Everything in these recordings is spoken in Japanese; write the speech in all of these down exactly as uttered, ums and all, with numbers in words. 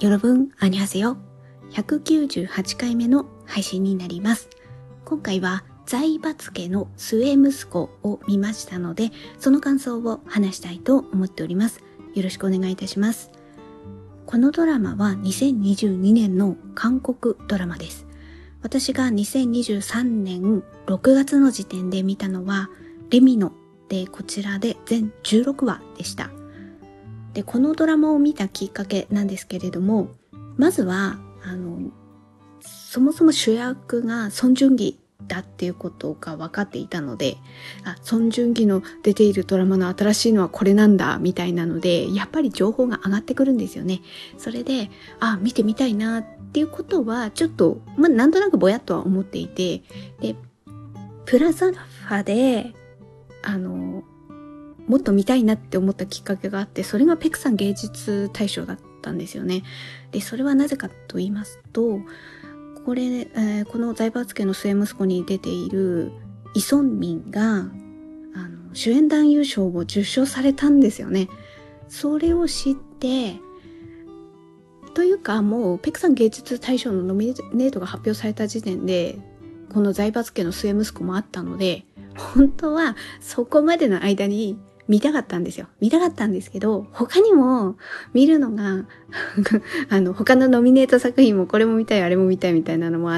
여러분 안녕하세요。ひゃくきゅうじゅうはちかいめの配信になります。今回は財閥家の末息子を見ましたので、その感想を話したいと思っております。よろしくお願いいたします。このドラマはにせんにじゅうにねんの韓国ドラマです。私がにせんにじゅうさんねんろくがつの時点で見たのはレミノで、こちらで全じゅうろくわでした。で、このドラマを見たきっかけなんですけれども、まずはあのそもそも主役がソン・ジュンギだっていうことが分かっていたので、あ、ソン・ジュンギの出ているドラマの新しいのはこれなんだみたいなので、やっぱり情報が上がってくるんですよね。それで、あ、見てみたいなっていうことはちょっと、まあ、なんとなくぼやっとは思っていて、でプラスアルファであのもっと見たいなって思ったきっかけがあって、それがペクサン芸術大賞だったんですよね。で、それはなぜかと言いますと、これ、えー、この財閥家の末息子に出ているイ・ソンミンがあの主演男優賞を受賞されたんですよね。それを知って、というかもうペクサン芸術大賞のノミネートが発表された時点で、この財閥家の末息子もあったので、本当はそこまでの間に見たかったんですよ。見たかったんですけど、他にも見るのがあの他のノミネート作品もこれも見たいあれも見たいみたいなのもあって、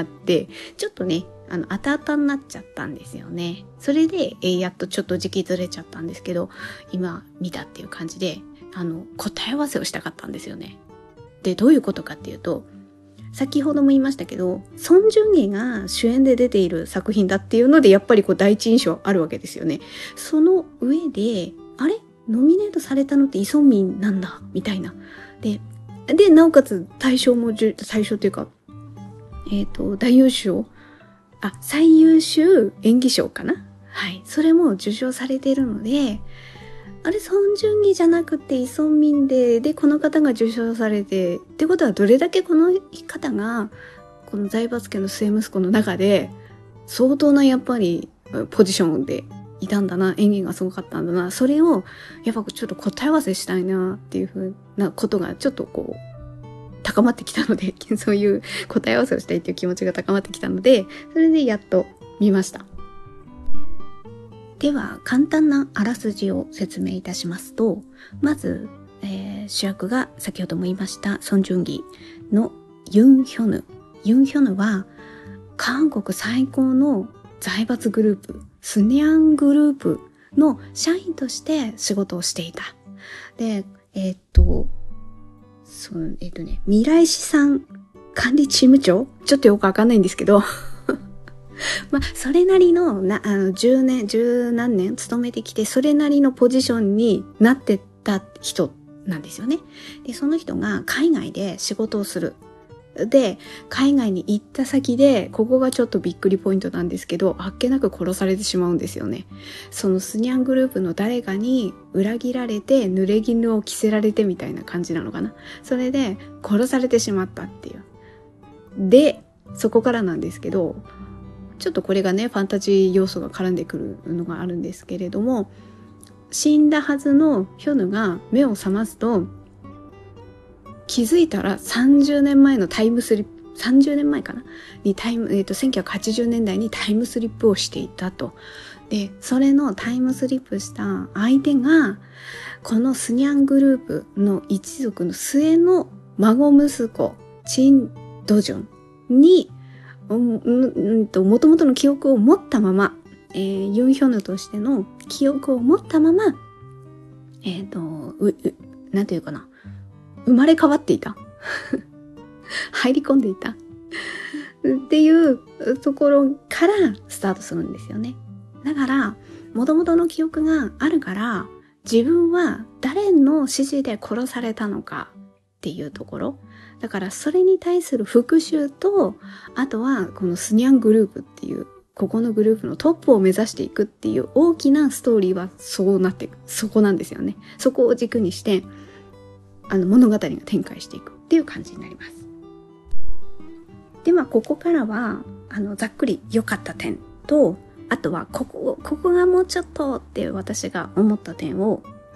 ちょっとね、あの後々になっちゃったんですよね。それで、えー、やっとちょっと時期ずれちゃったんですけど、今見たっていう感じで、あの答え合わせをしたかったんですよね。で、どういうことかっていうと、先ほども言いましたけど、ソン・ジュンギが主演で出ている作品だっていうので、やっぱりこう第一印象あるわけですよね。その上で、あれノミネートされたのってイ・ソンミンなんだみたいな。で、で、なおかつ大賞も、大賞というか、えっと、大優秀、あ、最優秀演技賞かな？はい。それも受賞されているので、あれ、ソン・ジュンギじゃなくてイ・ソンミンで、で、この方が受賞されて、ってことはどれだけこの方が、この財閥家の末息子の中で、相当なやっぱりポジションでいたんだな、演技がすごかったんだな、それを、やっぱちょっと答え合わせしたいなっていうふうなことがちょっとこう、高まってきたので、そういう答え合わせをしたいっていう気持ちが高まってきたので、それでやっと見ました。では簡単なあらすじを説明いたしますと、まず、えー、主役が先ほども言いましたソン・ジュンギのユン・ヒョヌ。ユン・ヒョヌは韓国最高の財閥グループ、スニャングループの社員として仕事をしていた。で、えー、っと、そう、えー、っとね、未来資産管理チーム長？ちょっとよくわかんないんですけど、まあ、それなりの、な、あの、じゅうねん、十何年勤めてきて、それなりのポジションになってった人なんですよね。で、その人が海外で仕事をする。で、海外に行った先で、ここがちょっとびっくりポイントなんですけど、あっけなく殺されてしまうんですよね。そのスニャングループの誰かに裏切られて、濡れ衣を着せられてみたいな感じなのかな。それで殺されてしまったっていう。で、そこからなんですけど、ちょっとこれがね、ファンタジー要素が絡んでくるのがあるんですけれども、死んだはずのヒョヌが目を覚ますと、気づいたらさんじゅうねんまえのタイムスリップ、さんじゅうねんまえかなにタイム、えっと、せんきゅうひゃくはちじゅうねんだいにタイムスリップをしていたと。で、それのタイムスリップした相手が、このスニャングループの一族の末の孫息子、チン・ドジョンに、うんと元々の記憶を持ったまま、えー、ユン・ヒョヌとしての記憶を持ったまま、えっと、う、う、なんていうかな、生まれ変わっていた。入り込んでいた。っていうところからスタートするんですよね。だから、元々の記憶があるから、自分は誰の指示で殺されたのかっていうところ。だからそれに対する復讐と、あとはこのスニャングループっていう、ここのグループのトップを目指していくっていう大きなストーリーはそうなっていく。そこなんですよね。そこを軸にして、あの物語が展開していくっていう感じになります。ではここからは、あのざっくり良かった点と、あとはここ、ここがもうちょっとって私が思った点を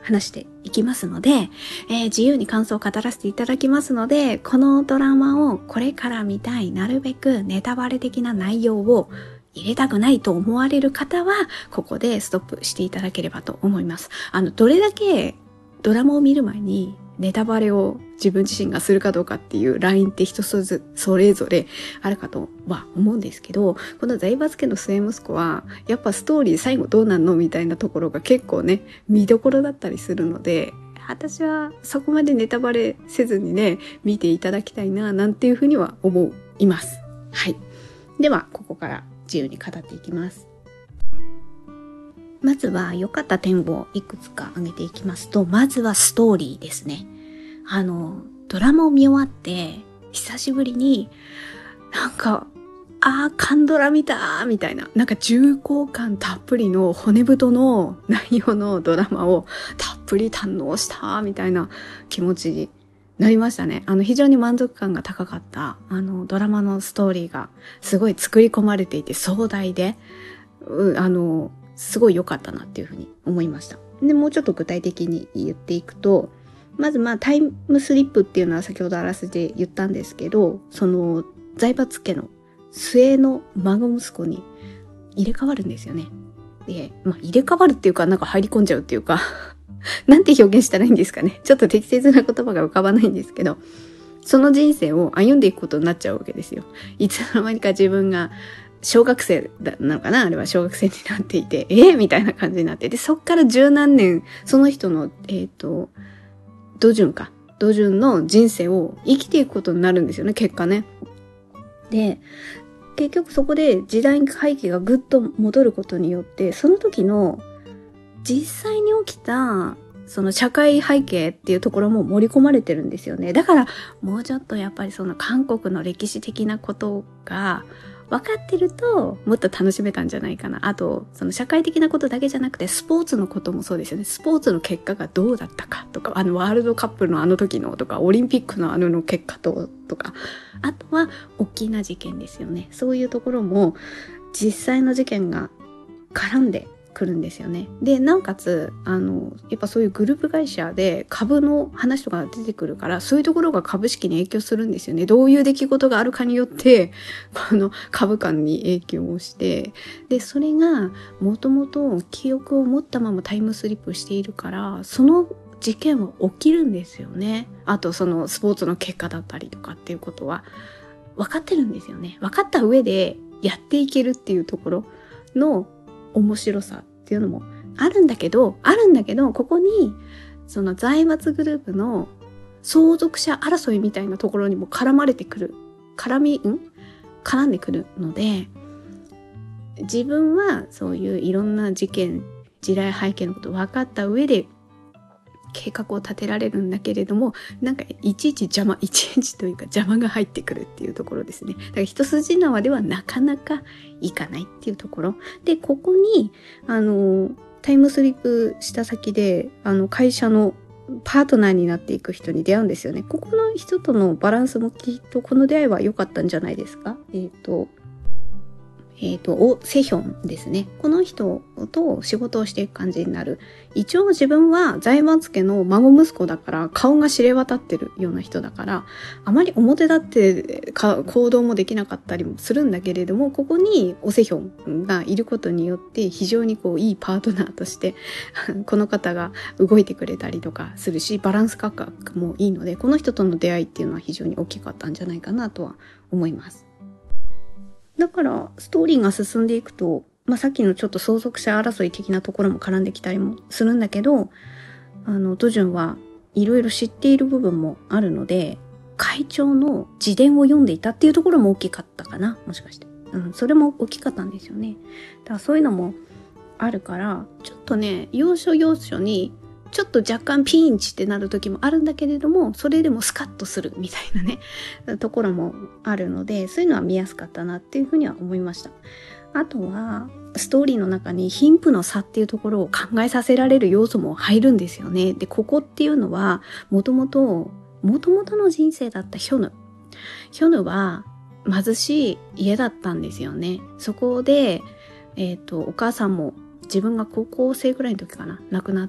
話していきますので、えー、自由に感想を語らせていただきますので、このドラマをこれから見たい、なるべくネタバレ的な内容を入れたくないと思われる方は、ここでストップしていただければと思います。あの、どれだけドラマを見る前にネタバレを自分自身がするかどうかっていうラインって人それぞれあるかとは思うんですけど、この財閥家の末息子はやっぱストーリー最後どうなんのみたいなところが結構ね見どころだったりするので、私はそこまでネタバレせずにね見ていただきたいななんていうふうには思います。はい。ではここから自由に語っていきます。まずは良かった点をいくつか挙げていきますと、まずはストーリーですね。あの、ドラマを見終わって、久しぶりに、なんか、あー、カンドラ見たみたいな、なんか重厚感たっぷりの骨太の内容のドラマをたっぷり堪能したみたいな気持ちになりましたね。あの、非常に満足感が高かった、あの、ドラマのストーリーがすごい作り込まれていて壮大で、うあの、すごい良かったなっていうふうに思いました。で、もうちょっと具体的に言っていくと、まずまあタイムスリップっていうのは先ほどあらすじ言ったんですけど、その財閥家の末の孫息子に入れ替わるんですよね。で、まあ入れ替わるっていうかなんか入り込んじゃうっていうかなんて表現したらいいんですかね。ちょっと適切な言葉が浮かばないんですけど、その人生を歩んでいくことになっちゃうわけですよ。いつの間にか自分が小学生なのかな、あれは小学生になっていて、えー、みたいな感じになって、で、そっから十何年、その人の、えっと、土順か、土順の人生を生きていくことになるんですよね、結果ね。で、結局そこで時代背景がぐっと戻ることによって、その時の実際に起きた、その社会背景っていうところも盛り込まれてるんですよね。だから、もうちょっとやっぱりその韓国の歴史的なことが、分かってるともっと楽しめたんじゃないかな。あとその社会的なことだけじゃなくてスポーツのこともそうですよね。スポーツの結果がどうだったかとか、あのワールドカップのあの時のとか、オリンピックのあのの結果ととか、あとは大きな事件ですよね。そういうところも実際の事件が絡んでくるんですよね。で、なおかつあのやっぱそういうグループ会社で株の話とか出てくるから、そういうところが株式に影響するんですよね。どういう出来事があるかによってこの株価に影響をして、でそれがもともと記憶を持ったままタイムスリップしているから、その事件は起きるんですよね。あとそのスポーツの結果だったりとかっていうことは分かってるんですよね。分かった上でやっていけるっていうところの面白さっていうのもあるんだけど、あるんだけど、ここにその財閥グループの相続者争いみたいなところにも絡まれてくる、絡み、ん絡んでくるので、自分はそういういろんな事件、時代背景のこと分かった上で計画を立てられるんだけれども、なんかいちいち邪魔、いちいちというか邪魔が入ってくるっていうところですね。だから一筋縄ではなかなかいかないっていうところで、ここにあのタイムスリップした先であの会社のパートナーになっていく人に出会うんですよね。ここの人とのバランスもきっとこの出会いは良かったんじゃないですか。えっとえっと、オ・セヒョンですね。この人と仕事をしていく感じになる。一応自分は財閥家の孫息子だから顔が知れ渡ってるような人だから、あまり表立ってか行動もできなかったりもするんだけれども、ここにオ・セヒョンがいることによって非常にこういいパートナーとしてこの方が動いてくれたりとかするし、バランス感覚もいいので、この人との出会いっていうのは非常に大きかったんじゃないかなとは思います。だからストーリーが進んでいくと、まあ、さっきのちょっと相続者争い的なところも絡んできたりもするんだけど、あのドジュンはいろいろ知っている部分もあるので、会長の自伝を読んでいたっていうところも大きかったかな、もしかして、うん、それも大きかったんですよね。だからそういうのもあるから、ちょっとね要所要所にちょっと若干ピンチってなる時もあるんだけれども、それでもスカッとするみたいなねところもあるので、そういうのは見やすかったなっていうふうには思いました。あとはストーリーの中に貧富の差っていうところを考えさせられる要素も入るんですよね。で、ここっていうのはもともともともとの人生だったヒョヌヒョヌは貧しい家だったんですよね。そこで、えっと、お母さんも自分が高校生ぐらいの時かな、亡くなって、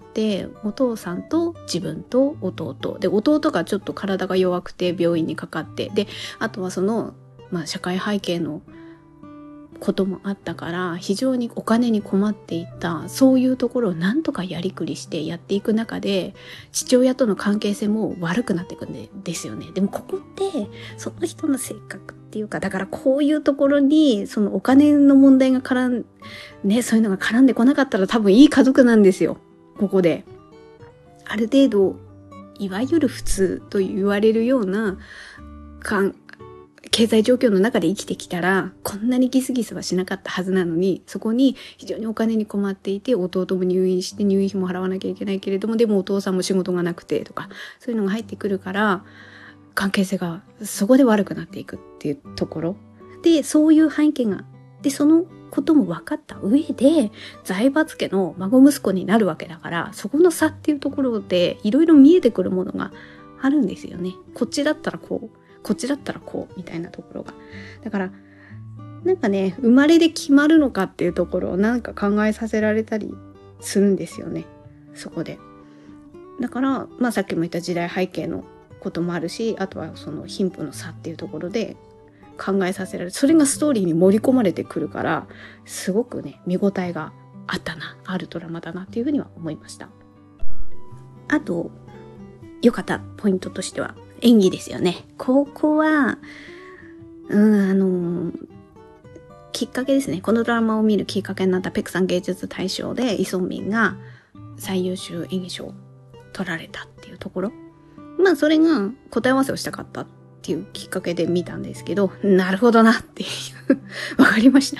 お父さんと自分と弟で、弟がちょっと体が弱くて病院にかかって、であとはその、まあ、社会背景のこともあったから非常にお金に困っていた、そういうところをなんとかやりくりしてやっていく中で、父親との関係性も悪くなっていくんでですよね。でもここってその人の性格っていうか、だからこういうところにそのお金の問題が絡んね、そういうのが絡んでこなかったら多分いい家族なんですよ。ここである程度いわゆる普通と言われるような感経済状況の中で生きてきたらこんなにギスギスはしなかったはずなのに、そこに非常にお金に困っていて、弟も入院して入院費も払わなきゃいけないけれども、でもお父さんも仕事がなくてとか、そういうのが入ってくるから関係性がそこで悪くなっていくっていうところで、そういう背景がで、そのことも分かった上で財閥家の孫息子になるわけだから、そこの差っていうところでいろいろ見えてくるものがあるんですよね。こっちだったらこう、こっちだったらこうみたいなところが、だからなんかね、生まれで決まるのかっていうところをなんか考えさせられたりするんですよね、そこで。だからまあさっきも言った時代背景のこともあるし、あとはその貧富の差っていうところで考えさせられる、それがストーリーに盛り込まれてくるから、すごくね見応えがあったな、あるドラマだなっていうふうには思いました。あと良かったポイントとしては演技ですよね。ここは、うん、あのー、きっかけですね。このドラマを見るきっかけになったペクサン芸術大賞でイ・ソンミンが最優秀演技賞を取られたっていうところ。まあそれが答え合わせをしたかったっていうきっかけで見たんですけど、なるほどなっていうわかりました。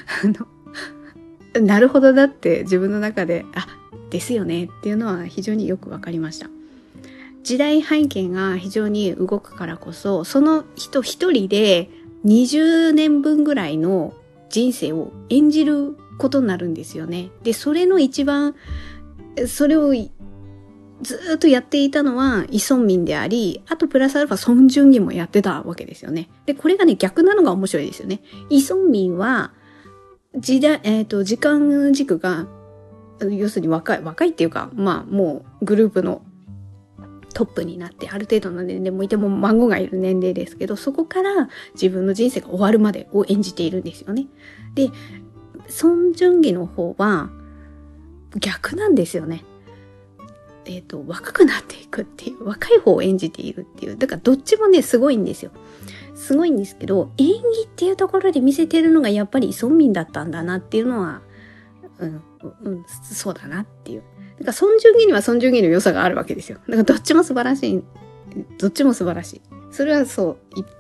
あの、なるほどだって自分の中で、あ、ですよねっていうのは非常によくわかりました。時代背景が非常に動くからこそ、その人一人でにじゅうねんぶんぐらいの人生を演じることになるんですよね。で、それの一番、それをずっとやっていたのはイ・ソンミンであり、あとプラスアルファソン・ジュンギもやってたわけですよね。で、これがね、逆なのが面白いですよね。イ・ソンミンは、時代、えっと、時間軸が、要するに若い、若いっていうか、まあもうグループのトップになってある程度の年齢もいても孫がいる年齢ですけど、そこから自分の人生が終わるまでを演じているんですよね。で、ソン・ジュンギの方は逆なんですよね。えっと、若くなっていくっていう、若い方を演じているっていう、だからどっちもねすごいんですよ。すごいんですけど、演技っていうところで見せてるのがやっぱりイ・ソンミンだったんだなっていうのは、うん、うん、そうだなっていう。だからソン・ジュンギにはソン・ジュンギの良さがあるわけですよ。だからどっちも素晴らしい。どっちも素晴らしい。それはそう、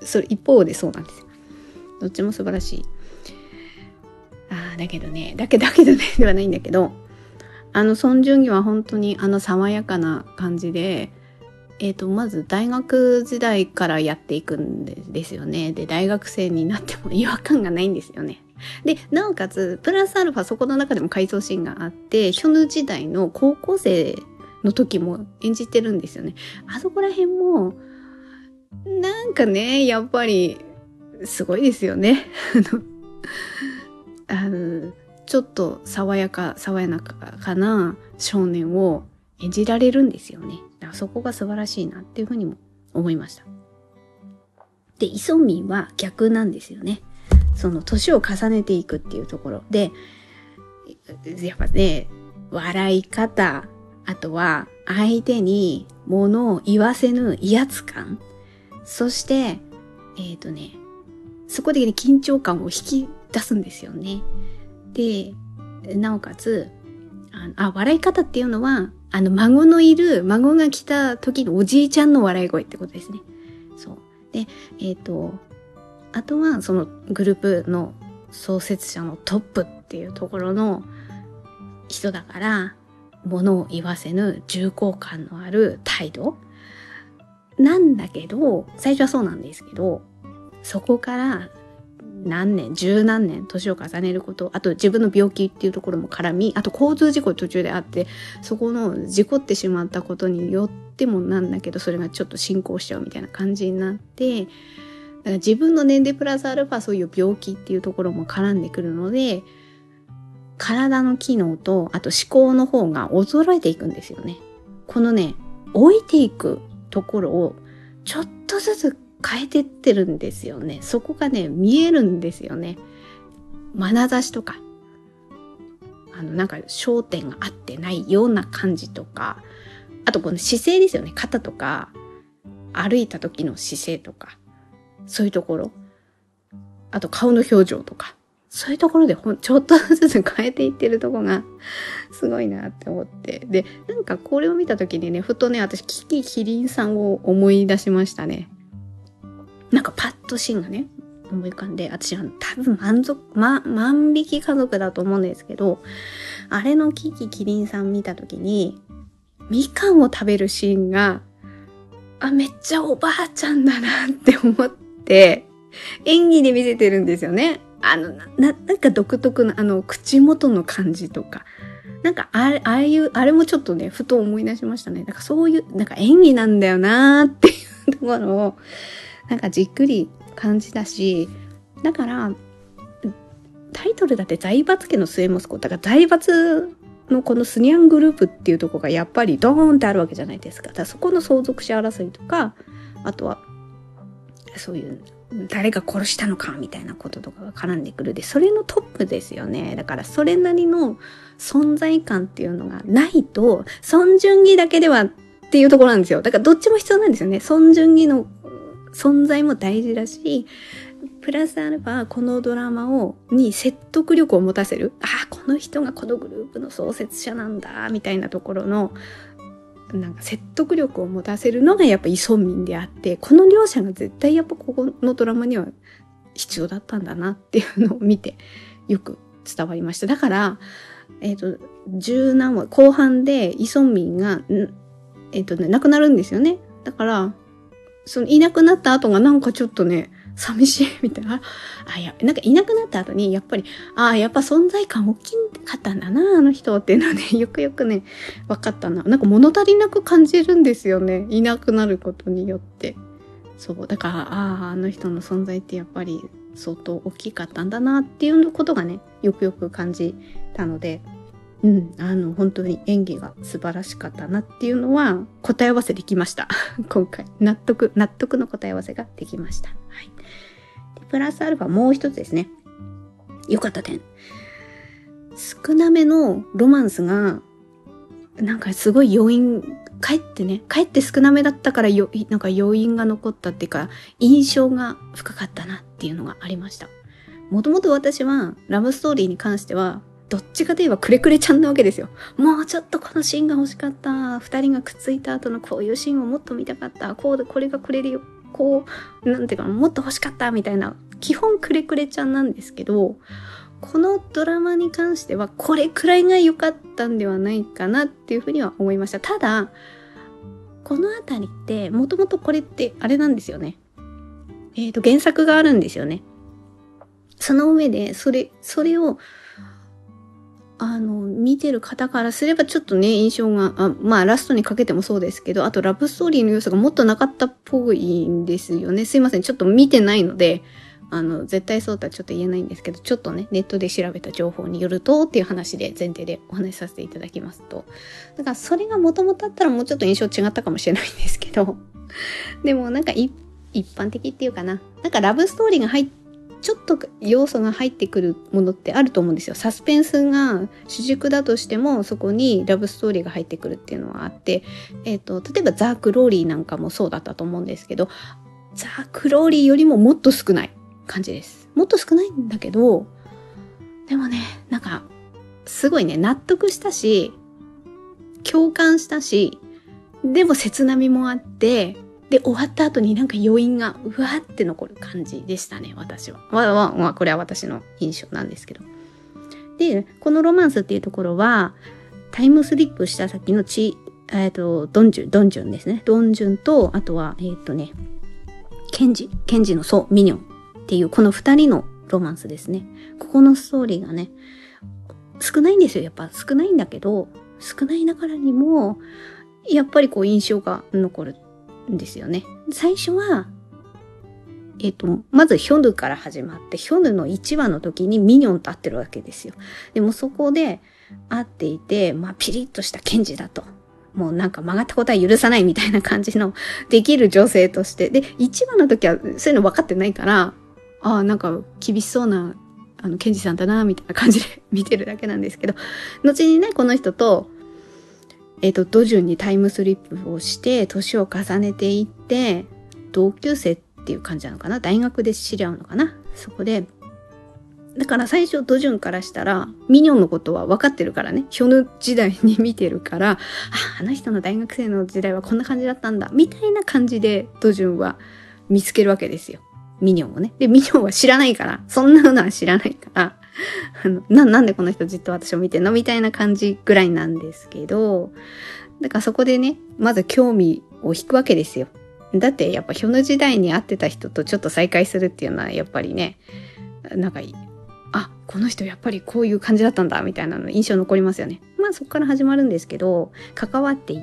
それ一方でそうなんですよ。どっちも素晴らしい。ああ、だけどね、だけどだけどね、ではないんだけど、あのソン・ジュンギは本当にあの爽やかな感じで、えっと、まず大学時代からやっていくんですよね。で、大学生になっても違和感がないんですよね。で、なおかつ、プラスアルファそこの中でも回想シーンがあって、ヒョヌ時代の高校生の時も演じてるんですよね。あそこら辺も、なんかね、やっぱり、すごいですよね。あの、ちょっと爽やか、爽やかな少年を演じられるんですよね。だからそこが素晴らしいなっていうふうにも思いました。で、イ・ソンミンは逆なんですよね。その年を重ねていくっていうところで、やっぱね、笑い方、あとは相手に物を言わせぬ威圧感、そして、えっとね、そこで、ね、緊張感を引き出すんですよね。で、なおかつ、あの、あ、笑い方っていうのは、あの、孫のいる、孫が来た時のおじいちゃんの笑い声ってことですね。そう。で、えっと、あとはそのグループの創設者のトップっていうところの人だから、物を言わせぬ重厚感のある態度なんだけど、最初はそうなんですけど、そこから何年、十何年年を重ねること、あと自分の病気っていうところも絡み、あと交通事故途中であって、そこの事故ってしまったことによってもなんだけど、それがちょっと進行しちゃうみたいな感じになって、だから自分の年齢プラスアルファそういう病気っていうところも絡んでくるので、 体の機能と、あと思考の方が衰えていくんですよね。このね、老いていくところをちょっとずつ変えてってるんですよね。そこがね、見えるんですよね。眼差しとか、あの、なんか焦点が合ってないような感じとか、あとこの姿勢ですよね。肩とか、歩いた時の姿勢とか、そういうところ。あと顔の表情とか。そういうところでほんちょっとずつ変えていってるとこがすごいなって思って。で、なんかこれを見た時にね、ふとね、私、キキキリンさんを思い出しましたね。なんかパッとシーンがね、思い浮かんで、私は多分満足、ま、万引き家族だと思うんですけど、あれのキキキリンさん見た時に、みかんを食べるシーンが、あ、めっちゃおばあちゃんだなって思って、演技で見せてるんですよね。あの、な、なんか独特な、あの、口元の感じとか。なんか、あれ、ああいう、あれもちょっとね、ふと思い出しましたね。なんかそういう、なんか演技なんだよなーっていうところを、なんかじっくり感じたし、だから、タイトルだって財閥家の末息子。だから財閥のこのスニャングループっていうところがやっぱりドーンってあるわけじゃないですか。だからそこの相続者争いとか、あとは、そういう、誰が殺したのかみたいなこととかが絡んでくるで、それのトップですよね。だからそれなりの存在感っていうのがないと、尊順義だけではっていうところなんですよ。だからどっちも必要なんですよね。尊順義の存在も大事だし、プラスアルファこのドラマをに説得力を持たせる。ああ、この人がこのグループの創設者なんだみたいなところのなんか説得力を持たせるのがやっぱイ・ソンミンであって、この両者が絶対やっぱここのドラマには必要だったんだなっていうのを見てよく伝わりました。だから、えっと、十何話、後半でイ・ソンミンが、えっとね、亡くなるんですよね。だから、そのいなくなった後がなんかちょっとね、寂しいみたいな。あ、いや、なんかいなくなった後に、やっぱり、ああ、やっぱ存在感大きかったんだな、あの人っていうのはね、よくよくね、分かったな。なんか物足りなく感じるんですよね。いなくなることによって。そう。だから、ああ、あの人の存在ってやっぱり相当大きかったんだなっていうことがね、よくよく感じたので、うん、あの、本当に演技が素晴らしかったなっていうのは答え合わせできました。今回。納得、納得の答え合わせができました。はい。でプラスアルファもう一つですね。良かった点。少なめのロマンスが、なんかすごい余韻、かえってね、かえって少なめだったからよ、なんか余韻が残ったっていうか、印象が深かったなっていうのがありました。もともと私はラブストーリーに関しては、どっちかといえばくれくれちゃんなわけですよ。もうちょっとこのシーンが欲しかった。二人がくっついた後のこういうシーンをもっと見たかった。こうで、これがくれるよ。こう、なんていうか、もっと欲しかったみたいな。基本くれくれちゃんなんですけど、このドラマに関してはこれくらいが良かったんではないかなっていうふうには思いました。ただ、このあたりって、もともとこれってあれなんですよね。えっと、原作があるんですよね。その上で、それ、それを、あの、見てる方からすればちょっとね、印象が、あまあラストにかけてもそうですけど、あとラブストーリーの要素がもっとなかったっぽいんですよね。すいません、ちょっと見てないので、あの、絶対そうとはちょっと言えないんですけど、ちょっとね、ネットで調べた情報によるとっていう話で前提でお話しさせていただきますと。だからそれが元々あったらもうちょっと印象違ったかもしれないんですけど、でもなんか一般的っていうかな。なんかラブストーリーが入ってちょっと要素が入ってくるものってあると思うんですよ。サスペンスが主軸だとしてもそこにラブストーリーが入ってくるっていうのはあって、えっと、例えばザ・クローリーなんかもそうだったと思うんですけど、ザ・クローリーよりももっと少ない感じです。もっと少ないんだけど、でもね、なんかすごいね、納得したし、共感したし、でも切なみもあって、で、終わった後になんか余韻がうわーって残る感じでしたね、私は。まあまあ、まあ、これは私の印象なんですけど。で、このロマンスっていうところは、タイムスリップした先のち、えっと、ドンジュン、ドンジュンですね。ドンジュンと、あとは、えっとね、ケンジ、ケンジのそう、ミニョンっていう、この二人のロマンスですね。ここのストーリーがね、少ないんですよ。やっぱ少ないんだけど、少ないながらにも、やっぱりこう印象が残る。ですよね。最初はえっと、まずヒョヌから始まって、ヒョヌのいちわの時にミニョンと会ってるわけですよ。でもそこで会っていて、まあピリッとした検事だと。もうなんか曲がったことは許さないみたいな感じのできる女性として。で、いちわの時はそういうの分かってないから、ああ、なんか厳しそうな、あの、検事さんだな、みたいな感じで見てるだけなんですけど、後にね、この人と、えっと、ドジュンにタイムスリップをして、年を重ねていって、同級生っていう感じなのかな、大学で知り合うのかな、そこで。だから最初ドジュンからしたら、ミニョンのことは分かってるからね、ヒョヌ時代に見てるから、あ、あの人の大学生の時代はこんな感じだったんだ、みたいな感じでドジュンは見つけるわけですよ。ミニョンをね。で、ミニョンは知らないから、そんなのは知らないから、あのな、なんでこの人じっと私を見てんのみたいな感じぐらいなんですけど、だからそこでね、まず興味を引くわけですよ。だってやっぱヒョヌ時代に会ってた人とちょっと再会するっていうのはやっぱりね、なんか、あ、この人やっぱりこういう感じだったんだみたいなの印象残りますよね。まあそこから始まるんですけど、関わっていって、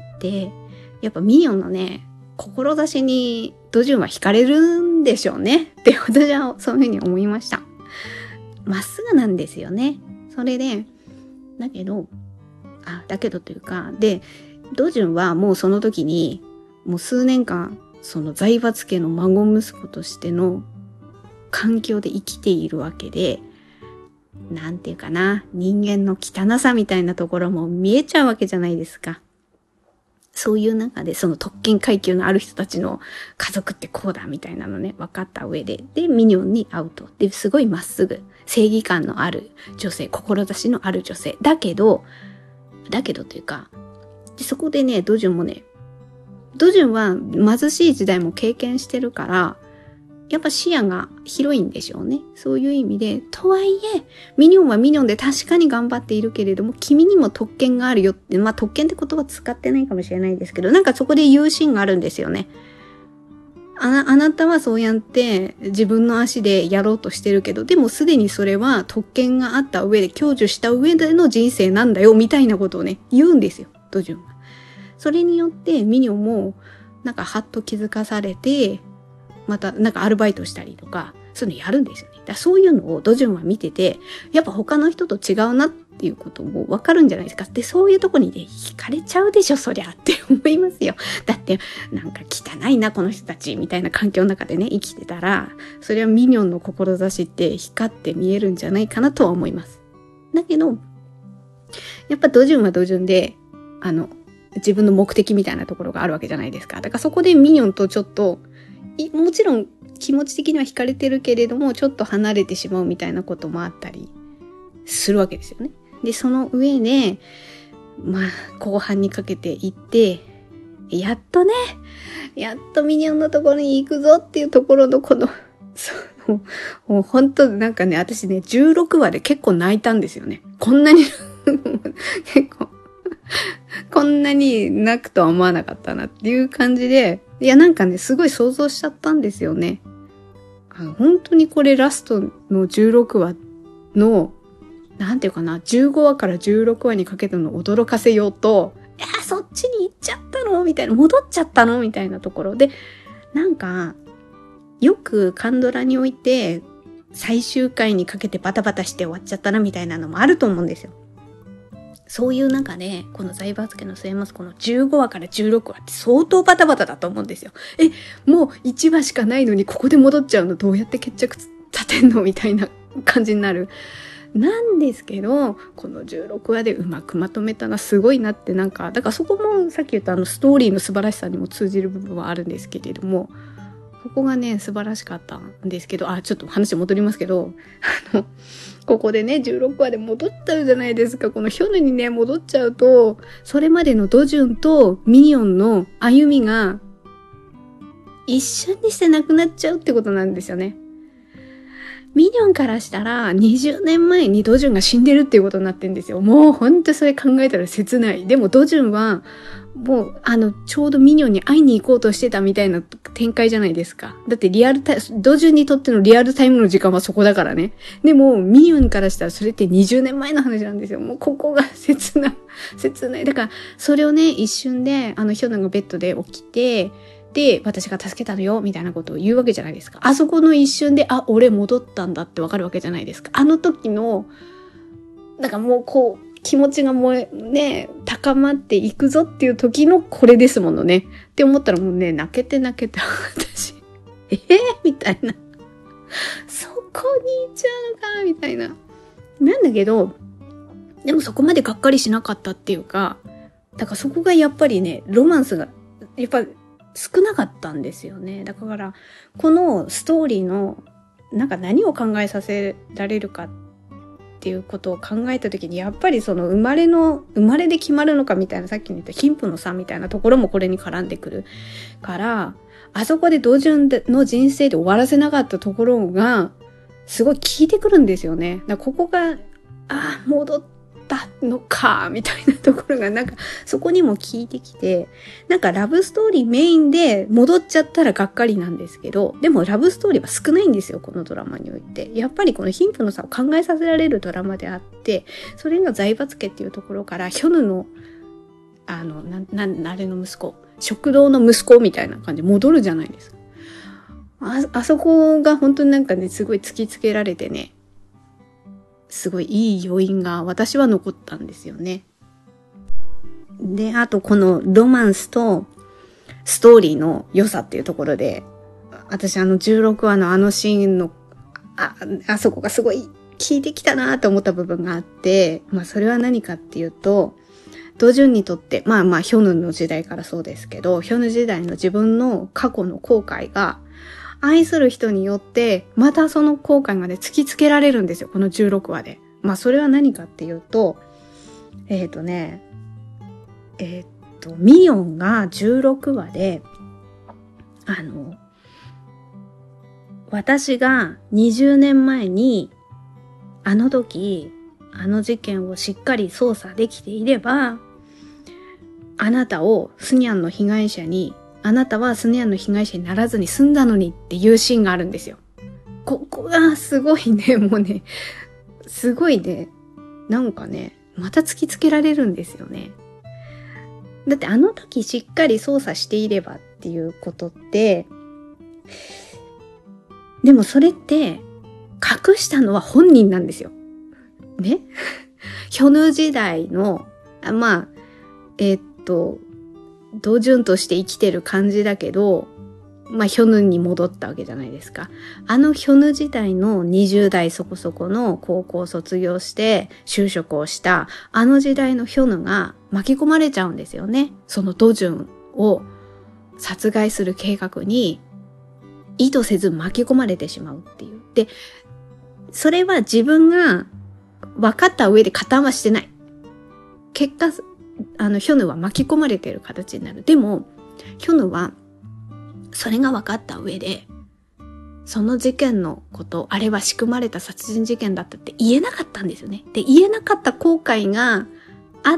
やっぱミニョンのね、志にドジュンは惹かれるんでしょうねって私はそういうふうに思いました。まっすぐなんですよね。それで、だけど、あ、だけどというか、で、ドジュンはもうその時に、もう数年間、その財閥家の孫息子としての環境で生きているわけで、なんていうかな、人間の汚さみたいなところも見えちゃうわけじゃないですか。そういう中でその特権階級のある人たちの家族ってこうだみたいなのね、分かった上で、で、ミニョンに会うと。で、すごいまっすぐ、正義感のある女性、志のある女性。だけど、だけどというか、でそこでね、ドジュンもね、ドジュンは貧しい時代も経験してるから、やっぱ視野が広いんでしょうね。そういう意味で、とはいえ、ミニョンはミニョンで確かに頑張っているけれども、君にも特権があるよって、まあ特権って言葉使ってないかもしれないですけど、なんかそこで言うシーンがあるんですよね。あな、あなたはそうやって自分の足でやろうとしてるけど、でもすでにそれは特権があった上で、享受した上での人生なんだよ、みたいなことをね、言うんですよ、ドジュンは。それによってミニョンも、なんかハッと気づかされて、またなんかアルバイトしたりとか、そういうのやるんですよね。だからそういうのをドジュンは見てて、やっぱ他の人と違うなっていうこともわかるんじゃないですか。で、そういうとこにね、惹かれちゃうでしょ、そりゃって思いますよ。だって、なんか汚いな、この人たち、みたいな環境の中でね、生きてたら、それはミニョンの志って光って見えるんじゃないかなとは思います。だけど、やっぱドジュンはドジュンで、あの、自分の目的みたいなところがあるわけじゃないですか。だからそこでミニョンとちょっと、もちろん気持ち的には惹かれてるけれども、ちょっと離れてしまうみたいなこともあったりするわけですよね。で、その上で、まあ、後半にかけていって、やっとね、やっとミニョンのところに行くぞっていうところのこの、そう、もう本当なんかね、私ね、じゅうろくわで結構泣いたんですよね。こんなに、結構、こんなに泣くとは思わなかったなっていう感じで、いやなんかね、すごい想像しちゃったんですよね。あの本当にこれラストのじゅうろくわの、なんていうかな、じゅうごわからじゅうろくわにかけての驚かせようと、いや、そっちに行っちゃったのみたいな、戻っちゃったのみたいなところで、なんか、よくカンドラにおいて、最終回にかけてバタバタして終わっちゃったなみたいなのもあると思うんですよ。そういう中で、この財閥家の末息子のじゅうごわからじゅうろくわって相当バタバタだと思うんですよ。え、もういちわしかないのにここで戻っちゃうのどうやって決着立てんのみたいな感じになる。なんですけど、このじゅうろくわでうまくまとめたな、すごいなってなんか、だからそこもさっき言ったあのストーリーの素晴らしさにも通じる部分はあるんですけれども、ここがね、素晴らしかったんですけど、あ、ちょっと話戻りますけど、あの、ここでね、じゅうろくわで戻っちゃうじゃないですか。このヒョヌにね、戻っちゃうと、それまでのドジュンとミニョンの歩みが、一瞬にしてなくなっちゃうってことなんですよね。ミニョンからしたら、にじゅうねんまえにドジュンが死んでるっていうことになってるんですよ。もうほんとそれ考えたら切ない。でもドジュンは、もう、あの、ちょうどミニョンに会いに行こうとしてたみたいな展開じゃないですか。だってリアルタイム、ドジュンにとってのリアルタイムの時間はそこだからね。でも、ミニョンからしたらそれってにじゅうねんまえの話なんですよ。もうここが切ない。切ない。だから、それをね、一瞬で、あの、ヒョヌがベッドで起きて、 、私が助けたのよみたいなことを言うわけじゃないですか。あそこの一瞬で、あ、俺戻ったんだってわかるわけじゃないですか。あの時のなんかもうこう気持ちがもうね高まっていくぞっていう時のこれですものねって思ったら、もうね泣けて泣けて私えー、みたいなそこに行っちゃうのかみたいな。なんだけどでもそこまでがっかりしなかったっていうか、だからそこがやっぱりねロマンスがやっぱ少なかったんですよね。だからこのストーリーのなんか何を考えさせられるかっていうことを考えた時に、やっぱりその生まれの生まれで決まるのかみたいな、さっき言った貧富の差みたいなところもこれに絡んでくるから、あそこで同順の人生で終わらせなかったところがすごい効いてくるんですよね。だからここがああ戻ったのかみたいなところがなんかそこにも効いてきて、なんかラブストーリーメインで戻っちゃったらがっかりなんですけど、でもラブストーリーは少ないんですよこのドラマにおいて。やっぱりこの貧富の差を考えさせられるドラマであって、それが財閥家っていうところからヒョヌのあのななあれの息子、食堂の息子みたいな感じで戻るじゃないですか。あ, あそこが本当になんかねすごい突きつけられてね、すごいいい余韻が私は残ったんですよね。で、あとこのロマンスとストーリーの良さっていうところで、私あのじゅうろくわのあのシーンの あ, あそこがすごい効いてきたなと思った部分があって、まあそれは何かっていうと、ドジュンにとってまあまあヒョヌの時代からそうですけど、ヒョヌ時代の自分の過去の後悔が愛する人によってまたその後悔がね突きつけられるんですよ、このじゅうろくわで。まあそれは何かっていうと、えっとねえっとミヨンがじゅうろくわで、あの私がにじゅうねんまえにあの時あの事件をしっかり捜査できていれば、あなたをスニャンの被害者にあなたはスニャンの被害者にならずに済んだのにっていうシーンがあるんですよ。ここがすごいね、もうね、すごいね、なんかね、また突きつけられるんですよね。だってあの時しっかり捜査していればっていうことって、でもそれって隠したのは本人なんですよ。ねヒョヌ時代の、あまあ、えー、っと、同順として生きてる感じだけど、まあヒョヌに戻ったわけじゃないですか。あのヒョヌ時代のにじゅうだいそこそこの高校を卒業して就職をしたあの時代のヒョヌが巻き込まれちゃうんですよね。そのドジュンを殺害する計画に意図せず巻き込まれてしまうっていう。で、それは自分が分かった上で加担はしてない。結果、あのヒョヌは巻き込まれている形になる。でもヒョヌはそれが分かった上で、その事件のこと、あれは仕組まれた殺人事件だったって言えなかったんですよね。で、言えなかった後悔があって、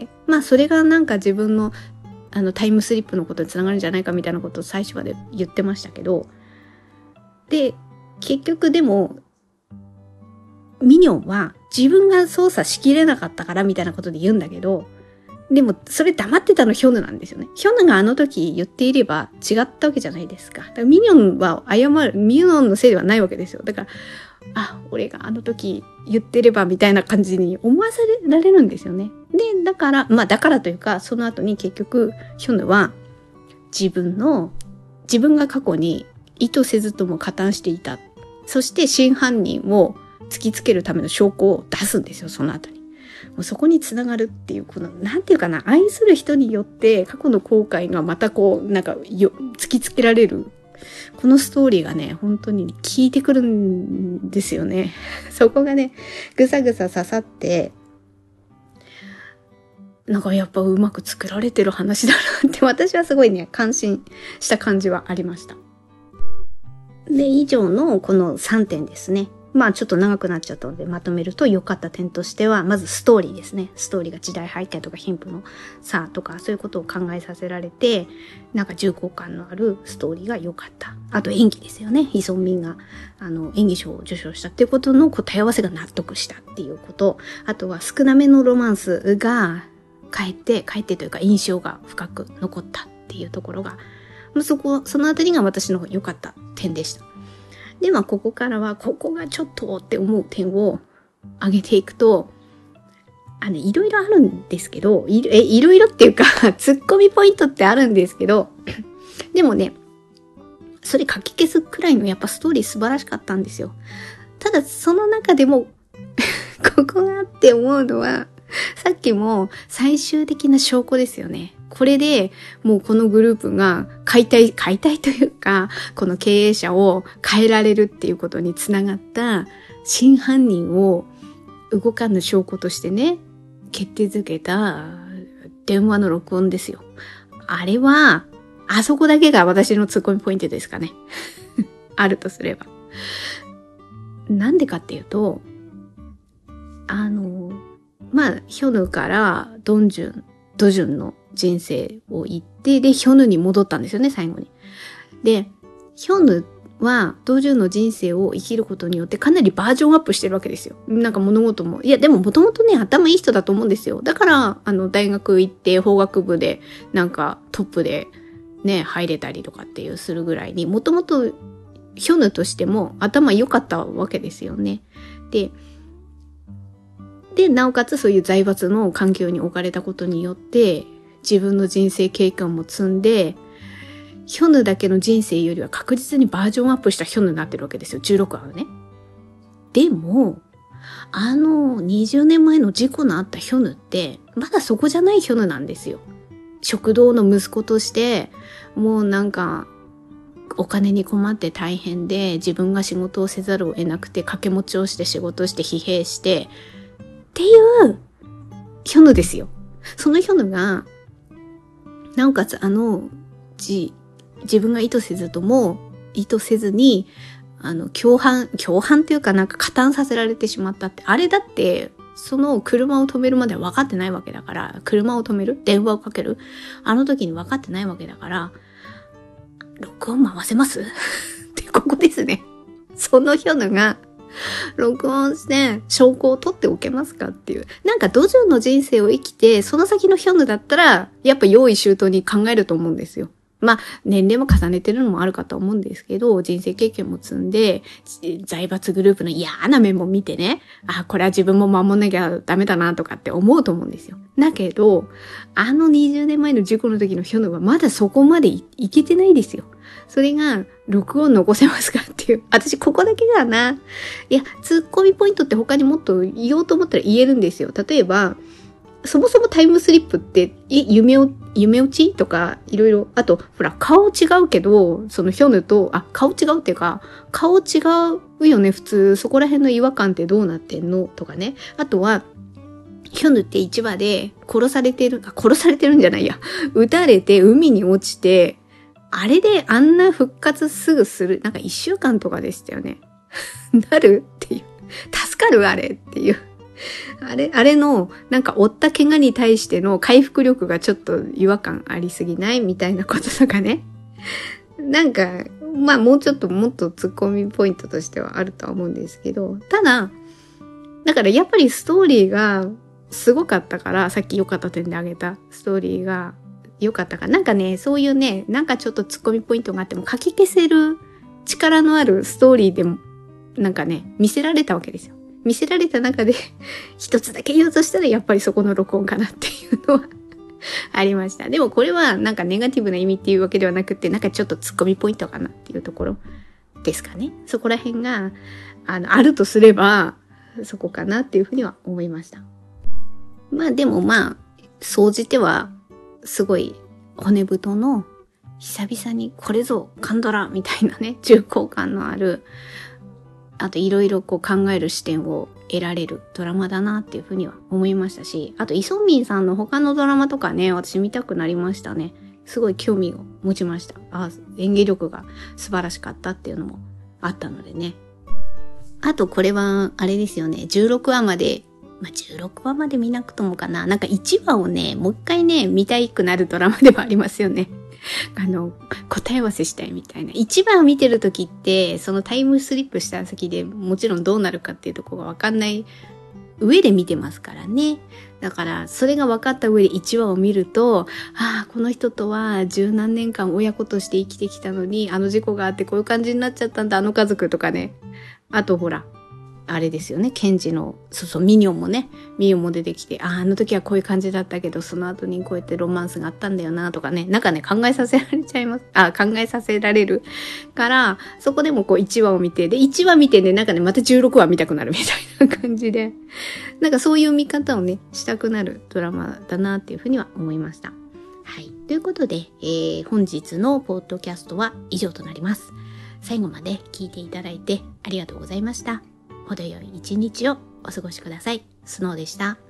まあそれがなんか自分のあのタイムスリップのことにつながるんじゃないかみたいなことを最初まで言ってましたけど、で、結局でも、ミニョンは自分が操作しきれなかったからみたいなことで言うんだけど、でもそれ黙ってたのヒョヌなんですよね。ヒョヌがあの時言っていれば違ったわけじゃないですか。だからミニョンは謝る、ミニョンのせいではないわけですよ。だから、あ、俺があの時言ってればみたいな感じに思わせられるんですよね。で、だから、まあだからというか、その後に結局ヒョヌは自分の、自分が過去に意図せずとも加担していた。そして真犯人を突きつけるための証拠を出すんですよ、その後に。もうそこにつながるっていう、この、なんていうかな、愛する人によって過去の後悔がまたこう、なんかよ、突きつけられる。このストーリーがね、本当に効いてくるんですよね。そこがね、ぐさぐさ刺さって、なんかやっぱうまく作られてる話だなって私はすごいね、感心した感じはありました。で、以上のこのさんてんですね。まあちょっと長くなっちゃったのでまとめると、良かった点としては、まずストーリーですね。ストーリーが時代背景とか貧富の差とかそういうことを考えさせられて、なんか重厚感のあるストーリーが良かった。あと演技ですよね。イ・ソンミンがあの演技賞を受賞したっていうことの答え合わせが納得したっていうこと。あとは少なめのロマンスがかえって、かえってというか印象が深く残ったっていうところが、 そこ、そのあたりが私の良かった点でした。で、まあ、ここからは、ここがちょっとって思う点を上げていくと、あの、いろいろあるんですけど、いえ、いろいろっていうか、ツッコミポイントってあるんですけど、でもね、それ書き消すくらいのやっぱストーリー素晴らしかったんですよ。ただ、その中でも、ここがって思うのは、さっきも最終的な証拠ですよね。これでもうこのグループが解体、解体というか、この経営者を変えられるっていうことにつながった真犯人を動かぬ証拠としてね、決定づけた電話の録音ですよ。あれは、あそこだけが私のツッコミポイントですかね。あるとすれば。なんでかっていうと、あの、まあ、ヒョヌからドンジュン、ドジュンの人生を言って、で、ヒョヌに戻ったんですよね、最後に。で、ヒョヌはドジュンの人生を生きることによってかなりバージョンアップしてるわけですよ。なんか物事も。いや、でももともとね、頭いい人だと思うんですよ。だから、あの、大学行って法学部で、なんかトップでね、入れたりとかっていうするぐらいに、もともとヒョヌとしても頭良かったわけですよね。で、で、なおかつそういう財閥の環境に置かれたことによって、自分の人生経験も積んで、ヒョヌだけの人生よりは確実にバージョンアップしたヒョヌになってるわけですよ。じゅうろくわはね。でも、あのにじゅうねんまえの事故のあったヒョヌって、まだそこじゃないヒョヌなんですよ。食堂の息子として、もうなんか、お金に困って大変で、自分が仕事をせざるを得なくて、掛け持ちをして仕事をして疲弊して、っていうヒョヌですよ。そのヒョヌが、なおかつあの、じ、自分が意図せずとも、意図せずに、あの、共犯、共犯っていうかなんか加担させられてしまったって、あれだって、その車を止めるまでは分かってないわけだから、車を止める電話をかけるあの時に分かってないわけだから、録音回せますってここですね。そのヒョヌが、録音して証拠を取っておけますかっていう。なんかドジュンの人生を生きて、その先のヒョヌだったら、やっぱ用意周到に考えると思うんですよ。まあ、年齢も重ねてるのもあるかと思うんですけど、人生経験も積んで、財閥グループの嫌な面も見てね、あ、これは自分も守んなきゃダメだなとかって思うと思うんですよ。だけど、あのにじゅうねんまえの事故の時のヒョヌはまだそこまで い, いけてないですよ。それが、録音残せますかっていう。私、ここだけだな。いや、ツッコミポイントって他にもっと言おうと思ったら言えるんですよ。例えば、そもそもタイムスリップって、夢を、夢落ちとか、いろいろ、あと、ほら、顔違うけど、そのヒョヌと、あ、顔違うっていうか、顔違うよね、普通。そこら辺の違和感ってどうなってんのとかね。あとは、ヒョヌっていちわで殺されてる、あ、殺されてるんじゃないや。撃たれて海に落ちて、あれであんな復活すぐする、なんかいっしゅうかんとかでしたよね。なるっていう。助かるあれっていう。あれ、あれの、なんか負った怪我に対しての回復力がちょっと違和感ありすぎないみたいなこととかね。なんか、まあもうちょっともっと突っ込みポイントとしてはあるとは思うんですけど、ただ、だからやっぱりストーリーがすごかったから、さっき良かった点で挙げたストーリーが良かったから、なんかね、そういうね、なんかちょっと突っ込みポイントがあっても書き消せる力のあるストーリーでも、なんかね、見せられたわけですよ。見せられた中で一つだけ言うとしたらやっぱりそこの録音かなっていうのはありました。でもこれはなんかネガティブな意味っていうわけではなくて、なんかちょっと突っ込みポイントかなっていうところですかね。そこら辺が、あの、あるとすれば、そこかなっていうふうには思いました。まあでもまあ、総じては、すごい骨太の久々にこれぞカンドラみたいなね、重厚感のある、あといろいろこう考える視点を得られるドラマだなっていうふうには思いましたし、あとイソンミンさんの他のドラマとかね、私見たくなりましたね。すごい興味を持ちました。あ、演技力が素晴らしかったっていうのもあったのでね。あとこれはあれですよね、じゅうろくわまで、まあ、じゅうろくわまで見なくともかな。なんかいちわをね、もう一回ね、見たいくなるドラマでもありますよね。あの、答え合わせしたいみたいな。いちわを見てるときって、そのタイムスリップした先でもちろんどうなるかっていうところがわかんない上で見てますからね。だからそれが分かった上でいちわを見ると、ああ、この人とは十何年間親子として生きてきたのに、あの事故があってこういう感じになっちゃったんだ、あの家族とかね。あとほら、あれですよね、ケンジの、そうそう、ミニョンもね、ミニョンも出てきて、ああ、あの時はこういう感じだったけど、その後にこうやってロマンスがあったんだよな、とかね、なんかね、考えさせられちゃいます。あ、考えさせられるから、そこでもこういちわを見て、で、いちわ見てね、なんかね、またじゅうろくわ見たくなるみたいな感じで、なんかそういう見方をね、したくなるドラマだなっていうふうには思いました。はい。ということで、えー、本日のポッドキャストは以上となります。最後まで聞いていただいてありがとうございました。程よい一日をお過ごしください。スノーでした。